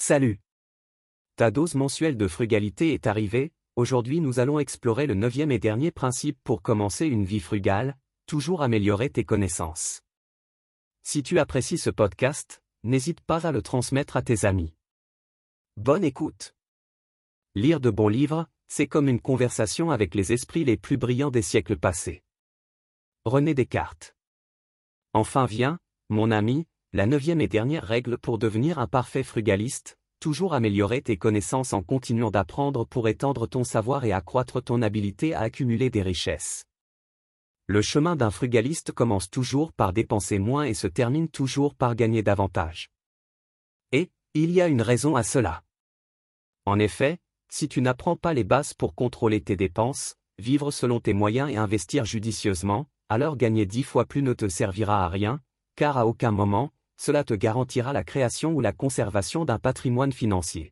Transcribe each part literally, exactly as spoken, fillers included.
Salut! Ta dose mensuelle de frugalité est arrivée. Aujourd'hui nous allons explorer le neuvième et dernier principe pour commencer une vie frugale, toujours améliorer tes connaissances. Si tu apprécies ce podcast, n'hésite pas à le transmettre à tes amis. Bonne écoute! Lire de bons livres, c'est comme une conversation avec les esprits les plus brillants des siècles passés. René Descartes. Enfin vient, mon ami, la neuvième et dernière règle pour devenir un parfait frugaliste, toujours améliorer tes connaissances en continuant d'apprendre pour étendre ton savoir et accroître ton habileté à accumuler des richesses. Le chemin d'un frugaliste commence toujours par dépenser moins et se termine toujours par gagner davantage. Et, il y a une raison à cela. En effet, si tu n'apprends pas les bases pour contrôler tes dépenses, vivre selon tes moyens et investir judicieusement, alors gagner dix fois plus ne te servira à rien, car à aucun moment, cela te garantira la création ou la conservation d'un patrimoine financier.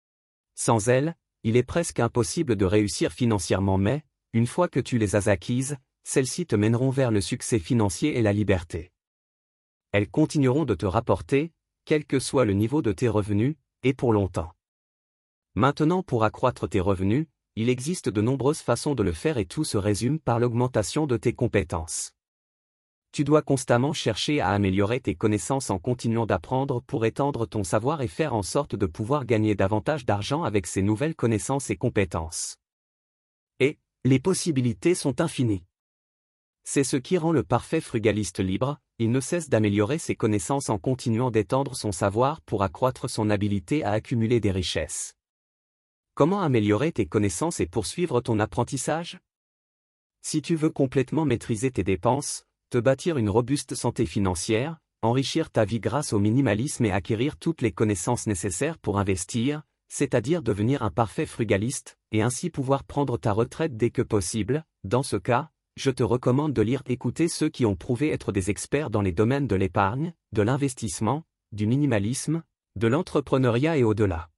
Sans elle, il est presque impossible de réussir financièrement mais, une fois que tu les as acquises, celles-ci te mèneront vers le succès financier et la liberté. Elles continueront de te rapporter, quel que soit le niveau de tes revenus, et pour longtemps. Maintenant pour accroître tes revenus, il existe de nombreuses façons de le faire et tout se résume par l'augmentation de tes compétences. Tu dois constamment chercher à améliorer tes connaissances en continuant d'apprendre pour étendre ton savoir et faire en sorte de pouvoir gagner davantage d'argent avec ces nouvelles connaissances et compétences. Et, les possibilités sont infinies. C'est ce qui rend le parfait frugaliste libre, il ne cesse d'améliorer ses connaissances en continuant d'étendre son savoir pour accroître son habileté à accumuler des richesses. Comment améliorer tes connaissances et poursuivre ton apprentissage? Si tu veux complètement maîtriser tes dépenses, te bâtir une robuste santé financière, enrichir ta vie grâce au minimalisme et acquérir toutes les connaissances nécessaires pour investir, c'est-à-dire devenir un parfait frugaliste, et ainsi pouvoir prendre ta retraite dès que possible, dans ce cas, je te recommande de lire et écouter ceux qui ont prouvé être des experts dans les domaines de l'épargne, de l'investissement, du minimalisme, de l'entrepreneuriat et au-delà.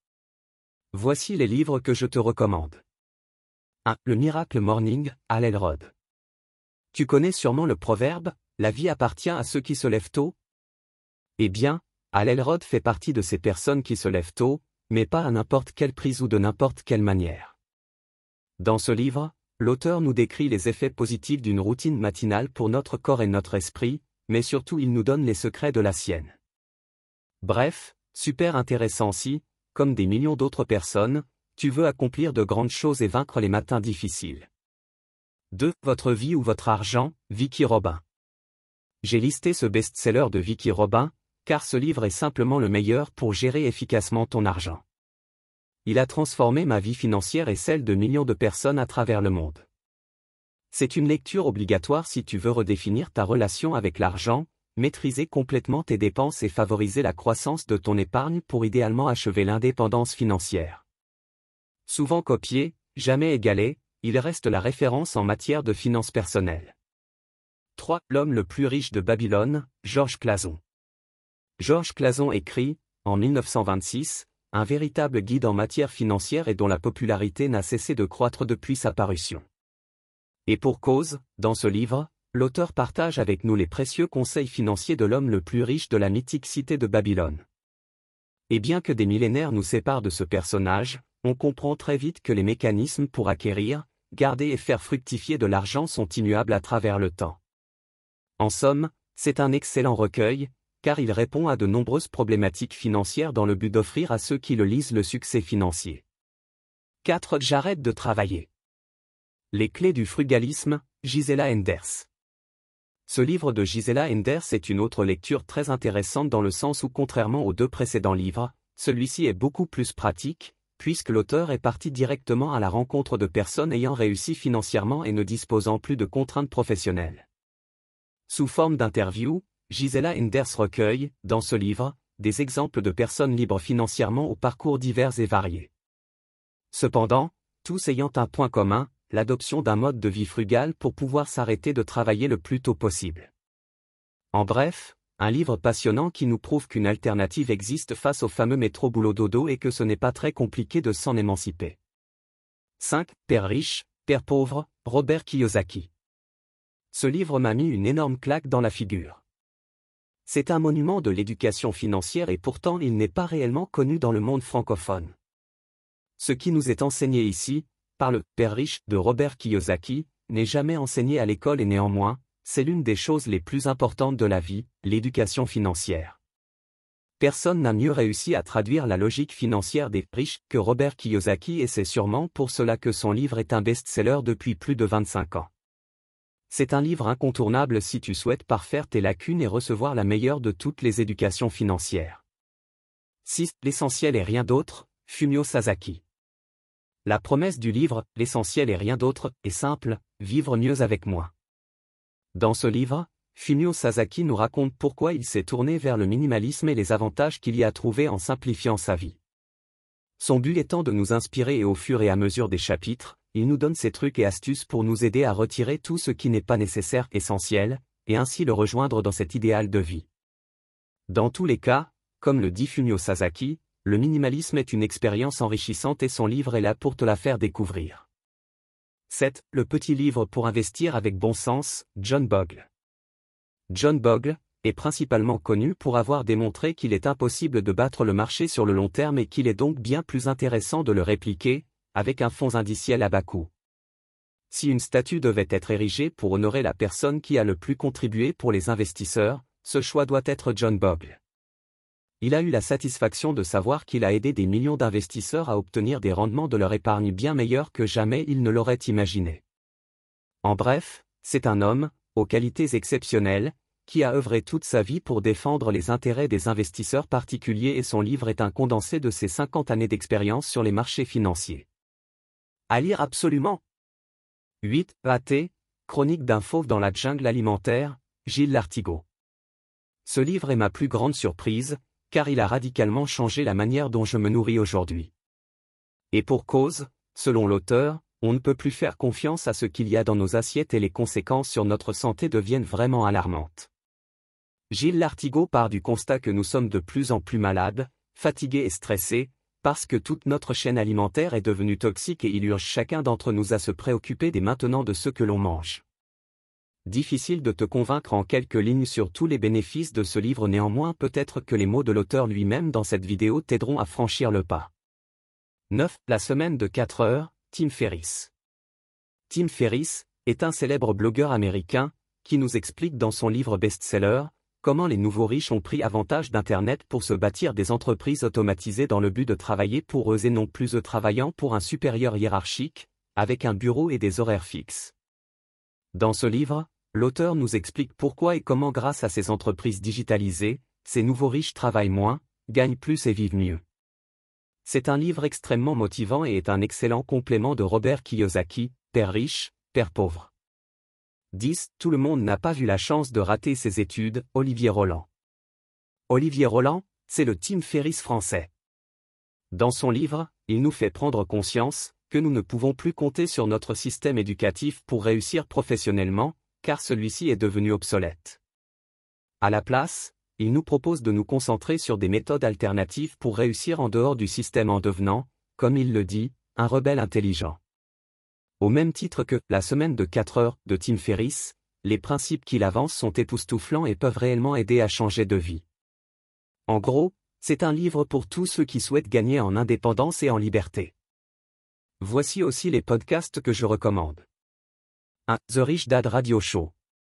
Voici les livres que je te recommande. un. Le Miracle Morning, Hal Elrod. Tu connais sûrement le proverbe, la vie appartient à ceux qui se lèvent tôt? Eh bien, Hal Elrod fait partie de ces personnes qui se lèvent tôt, mais pas à n'importe quelle prise ou de n'importe quelle manière. Dans ce livre, l'auteur nous décrit les effets positifs d'une routine matinale pour notre corps et notre esprit, mais surtout il nous donne les secrets de la sienne. Bref, super intéressant si, comme des millions d'autres personnes, tu veux accomplir de grandes choses et vaincre les matins difficiles. deux. Votre vie ou votre argent, Vicki Robin. J'ai listé ce best-seller de Vicki Robin, car ce livre est simplement le meilleur pour gérer efficacement ton argent. Il a transformé ma vie financière et celle de millions de personnes à travers le monde. C'est une lecture obligatoire si tu veux redéfinir ta relation avec l'argent, maîtriser complètement tes dépenses et favoriser la croissance de ton épargne pour idéalement achever l'indépendance financière. Souvent copié, jamais égalé, il reste la référence en matière de finances personnelles. trois. L'homme le plus riche de Babylone, Georges Clason. Georges Clason écrit, en mille neuf cent vingt-six, un véritable guide en matière financière et dont la popularité n'a cessé de croître depuis sa parution. Et pour cause, dans ce livre, l'auteur partage avec nous les précieux conseils financiers de l'homme le plus riche de la mythique cité de Babylone. Et bien que des millénaires nous séparent de ce personnage, on comprend très vite que les mécanismes pour acquérir, garder et faire fructifier de l'argent sont immuables à travers le temps. En somme, c'est un excellent recueil, car il répond à de nombreuses problématiques financières dans le but d'offrir à ceux qui le lisent le succès financier. quatre. J'arrête de travailler. Les clés du frugalisme, Gisela Enders. Ce livre de Gisela Enders est une autre lecture très intéressante dans le sens où contrairement aux deux précédents livres, celui-ci est beaucoup plus pratique, puisque l'auteur est parti directement à la rencontre de personnes ayant réussi financièrement et ne disposant plus de contraintes professionnelles. Sous forme d'interview, Gisela Enders recueille, dans ce livre, des exemples de personnes libres financièrement aux parcours divers et variés. Cependant, tous ayant un point commun, l'adoption d'un mode de vie frugal pour pouvoir s'arrêter de travailler le plus tôt possible. En bref, un livre passionnant qui nous prouve qu'une alternative existe face au fameux métro boulot dodo et que ce n'est pas très compliqué de s'en émanciper. cinq. Père riche, Père pauvre, Robert Kiyosaki. Ce livre m'a mis une énorme claque dans la figure. C'est un monument de l'éducation financière et pourtant il n'est pas réellement connu dans le monde francophone. Ce qui nous est enseigné ici, par le « Père riche » de Robert Kiyosaki, n'est jamais enseigné à l'école et néanmoins, c'est l'une des choses les plus importantes de la vie, l'éducation financière. Personne n'a mieux réussi à traduire la logique financière des riches que Robert Kiyosaki et c'est sûrement pour cela que son livre est un best-seller depuis plus de vingt-cinq ans. C'est un livre incontournable si tu souhaites parfaire tes lacunes et recevoir la meilleure de toutes les éducations financières. six. L'essentiel et rien d'autre, Fumio Sasaki. La promesse du livre, l'essentiel et rien d'autre, est simple, vivre mieux avec moi. Dans ce livre, Fumio Sasaki nous raconte pourquoi il s'est tourné vers le minimalisme et les avantages qu'il y a trouvés en simplifiant sa vie. Son but étant de nous inspirer et au fur et à mesure des chapitres, il nous donne ses trucs et astuces pour nous aider à retirer tout ce qui n'est pas nécessaire, essentiel, et ainsi le rejoindre dans cet idéal de vie. Dans tous les cas, comme le dit Fumio Sasaki, le minimalisme est une expérience enrichissante et son livre est là pour te la faire découvrir. sept. Le petit livre pour investir avec bon sens, John Bogle. John Bogle est principalement connu pour avoir démontré qu'il est impossible de battre le marché sur le long terme et qu'il est donc bien plus intéressant de le répliquer, avec un fonds indiciel à bas coût. Si une statue devait être érigée pour honorer la personne qui a le plus contribué pour les investisseurs, ce choix doit être John Bogle. Il a eu la satisfaction de savoir qu'il a aidé des millions d'investisseurs à obtenir des rendements de leur épargne bien meilleurs que jamais ils ne l'auraient imaginé. En bref, c'est un homme, aux qualités exceptionnelles, qui a œuvré toute sa vie pour défendre les intérêts des investisseurs particuliers et son livre est un condensé de ses cinquante années d'expérience sur les marchés financiers. À lire absolument. huit. A T, Chronique d'un fauve dans la jungle alimentaire, Gilles Lartigot. Ce livre est ma plus grande surprise, car il a radicalement changé la manière dont je me nourris aujourd'hui. Et pour cause, selon l'auteur, on ne peut plus faire confiance à ce qu'il y a dans nos assiettes et les conséquences sur notre santé deviennent vraiment alarmantes. Gilles Lartigot part du constat que nous sommes de plus en plus malades, fatigués et stressés, parce que toute notre chaîne alimentaire est devenue toxique et il urge chacun d'entre nous à se préoccuper dès maintenant de ce que l'on mange. Difficile de te convaincre en quelques lignes sur tous les bénéfices de ce livre, néanmoins peut-être que les mots de l'auteur lui-même dans cette vidéo t'aideront à franchir le pas. neuf. La semaine de quatre heures, Tim Ferriss. Tim Ferriss est un célèbre blogueur américain qui nous explique dans son livre best-seller comment les nouveaux riches ont pris avantage d'Internet pour se bâtir des entreprises automatisées dans le but de travailler pour eux et non plus eux travaillant pour un supérieur hiérarchique, avec un bureau et des horaires fixes. Dans ce livre, l'auteur nous explique pourquoi et comment grâce à ces entreprises digitalisées, ces nouveaux riches travaillent moins, gagnent plus et vivent mieux. C'est un livre extrêmement motivant et est un excellent complément de Robert Kiyosaki, Père riche, Père pauvre. dix. Tout le monde n'a pas eu la chance de rater ses études, Olivier Roland. Olivier Roland, c'est le Tim Ferriss français. Dans son livre, il nous fait prendre conscience que nous ne pouvons plus compter sur notre système éducatif pour réussir professionnellement, car celui-ci est devenu obsolète. À la place, il nous propose de nous concentrer sur des méthodes alternatives pour réussir en dehors du système en devenant, comme il le dit, un rebelle intelligent. Au même titre que « La semaine de quatre heures » de Tim Ferriss, les principes qu'il avance sont époustouflants et peuvent réellement aider à changer de vie. En gros, c'est un livre pour tous ceux qui souhaitent gagner en indépendance et en liberté. Voici aussi les podcasts que je recommande. un. The Rich Dad Radio Show.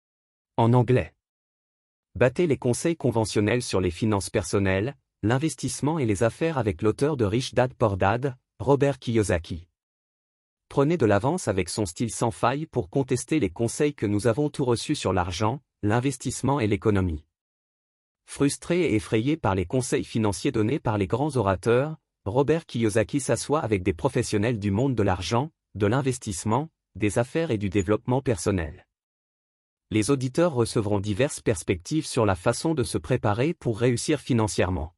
En anglais. Battez les conseils conventionnels sur les finances personnelles, l'investissement et les affaires avec l'auteur de Rich Dad Poor Dad, Robert Kiyosaki. Prenez de l'avance avec son style sans faille pour contester les conseils que nous avons tous reçus sur l'argent, l'investissement et l'économie. Frustré et effrayé par les conseils financiers donnés par les grands orateurs, Robert Kiyosaki s'assoit avec des professionnels du monde de l'argent, de l'investissement, des affaires et du développement personnel. Les auditeurs recevront diverses perspectives sur la façon de se préparer pour réussir financièrement.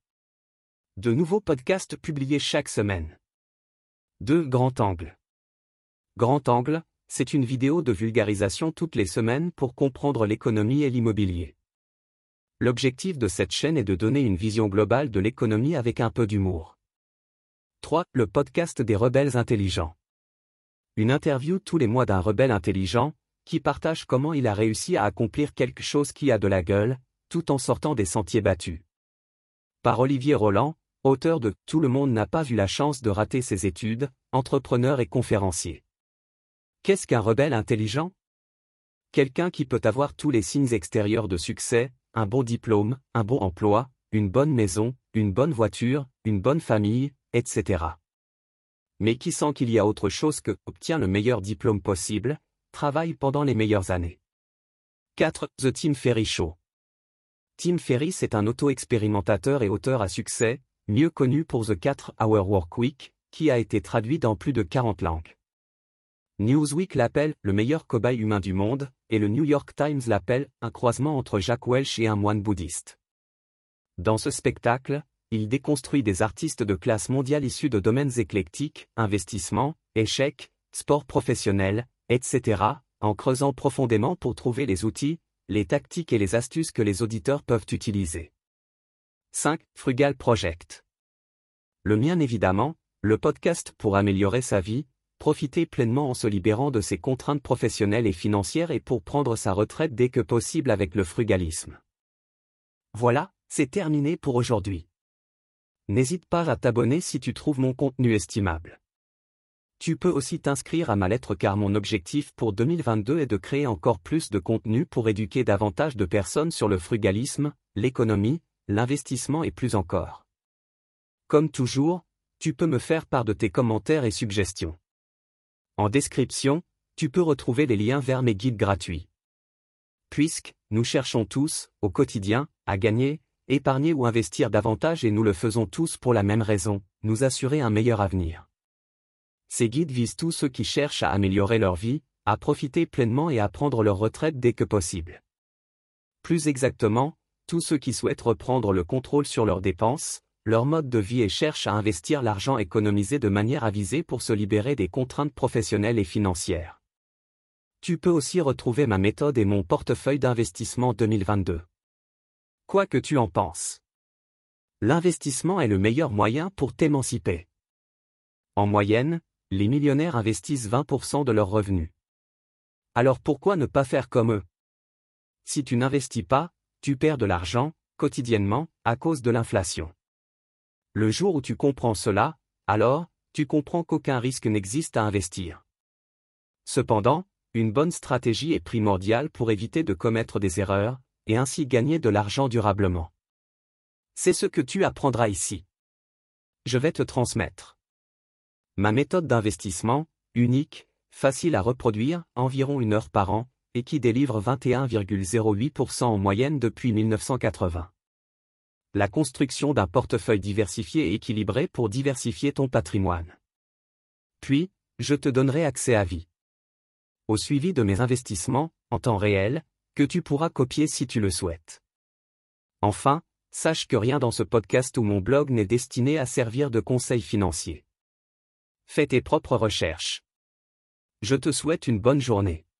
De nouveaux podcasts publiés chaque semaine. deux. Grand Angle. Grand Angle, c'est une vidéo de vulgarisation toutes les semaines pour comprendre l'économie et l'immobilier. L'objectif de cette chaîne est de donner une vision globale de l'économie avec un peu d'humour. trois. Le podcast des rebelles intelligents. Une interview tous les mois d'un rebelle intelligent, qui partage comment il a réussi à accomplir quelque chose qui a de la gueule, tout en sortant des sentiers battus. Par Olivier Roland, auteur de « Tout le monde n'a pas vu la chance de rater ses études », entrepreneur et conférencier. Qu'est-ce qu'un rebelle intelligent? Quelqu'un qui peut avoir tous les signes extérieurs de succès, un bon diplôme, un bon emploi, une bonne maison, une bonne voiture, une bonne famille, et cetera. Mais qui sent qu'il y a autre chose que « obtient le meilleur diplôme possible », travaille pendant les meilleures années. quatre. The Tim Ferriss Show. Tim Ferriss est un auto-expérimentateur et auteur à succès, mieux connu pour The four hour Workweek, qui a été traduit dans plus de quarante langues. Newsweek l'appelle « le meilleur cobaye humain du monde » et le New York Times l'appelle « un croisement entre Jack Welch et un moine bouddhiste ». Dans ce spectacle, il déconstruit des artistes de classe mondiale issus de domaines éclectiques, investissement, échecs, sport professionnel, et cetera, en creusant profondément pour trouver les outils, les tactiques et les astuces que les auditeurs peuvent utiliser. cinq. Frugal Project. Le mien évidemment, le podcast pour améliorer sa vie, profiter pleinement en se libérant de ses contraintes professionnelles et financières et pour prendre sa retraite dès que possible avec le frugalisme. Voilà, c'est terminé pour aujourd'hui. N'hésite pas à t'abonner si tu trouves mon contenu estimable. Tu peux aussi t'inscrire à ma lettre car mon objectif pour deux mille vingt-deux est de créer encore plus de contenu pour éduquer davantage de personnes sur le frugalisme, l'économie, l'investissement et plus encore. Comme toujours, tu peux me faire part de tes commentaires et suggestions. En description, tu peux retrouver les liens vers mes guides gratuits. Puisque, nous cherchons tous, au quotidien, à gagner, épargner ou investir davantage et nous le faisons tous pour la même raison, nous assurer un meilleur avenir. Ces guides visent tous ceux qui cherchent à améliorer leur vie, à profiter pleinement et à prendre leur retraite dès que possible. Plus exactement, tous ceux qui souhaitent reprendre le contrôle sur leurs dépenses, leur mode de vie et cherchent à investir l'argent économisé de manière avisée pour se libérer des contraintes professionnelles et financières. Tu peux aussi retrouver ma méthode et mon portefeuille d'investissement deux mille vingt-deux. Quoi que tu en penses. L'investissement est le meilleur moyen pour t'émanciper. En moyenne, les millionnaires investissent vingt pour cent de leurs revenus. Alors pourquoi ne pas faire comme eux? Si tu n'investis pas, tu perds de l'argent, quotidiennement, à cause de l'inflation. Le jour où tu comprends cela, alors, tu comprends qu'aucun risque n'existe à investir. Cependant, une bonne stratégie est primordiale pour éviter de commettre des erreurs, et ainsi gagner de l'argent durablement. C'est ce que tu apprendras ici. Je vais te transmettre ma méthode d'investissement, unique, facile à reproduire, environ une heure par an, et qui délivre vingt et un virgule zéro huit pour cent en moyenne depuis mille neuf cent quatre-vingts. La construction d'un portefeuille diversifié et équilibré pour diversifier ton patrimoine. Puis, je te donnerai accès à vie au suivi de mes investissements, en temps réel, que tu pourras copier si tu le souhaites. Enfin, sache que rien dans ce podcast ou mon blog n'est destiné à servir de conseil financier. Fais tes propres recherches. Je te souhaite une bonne journée.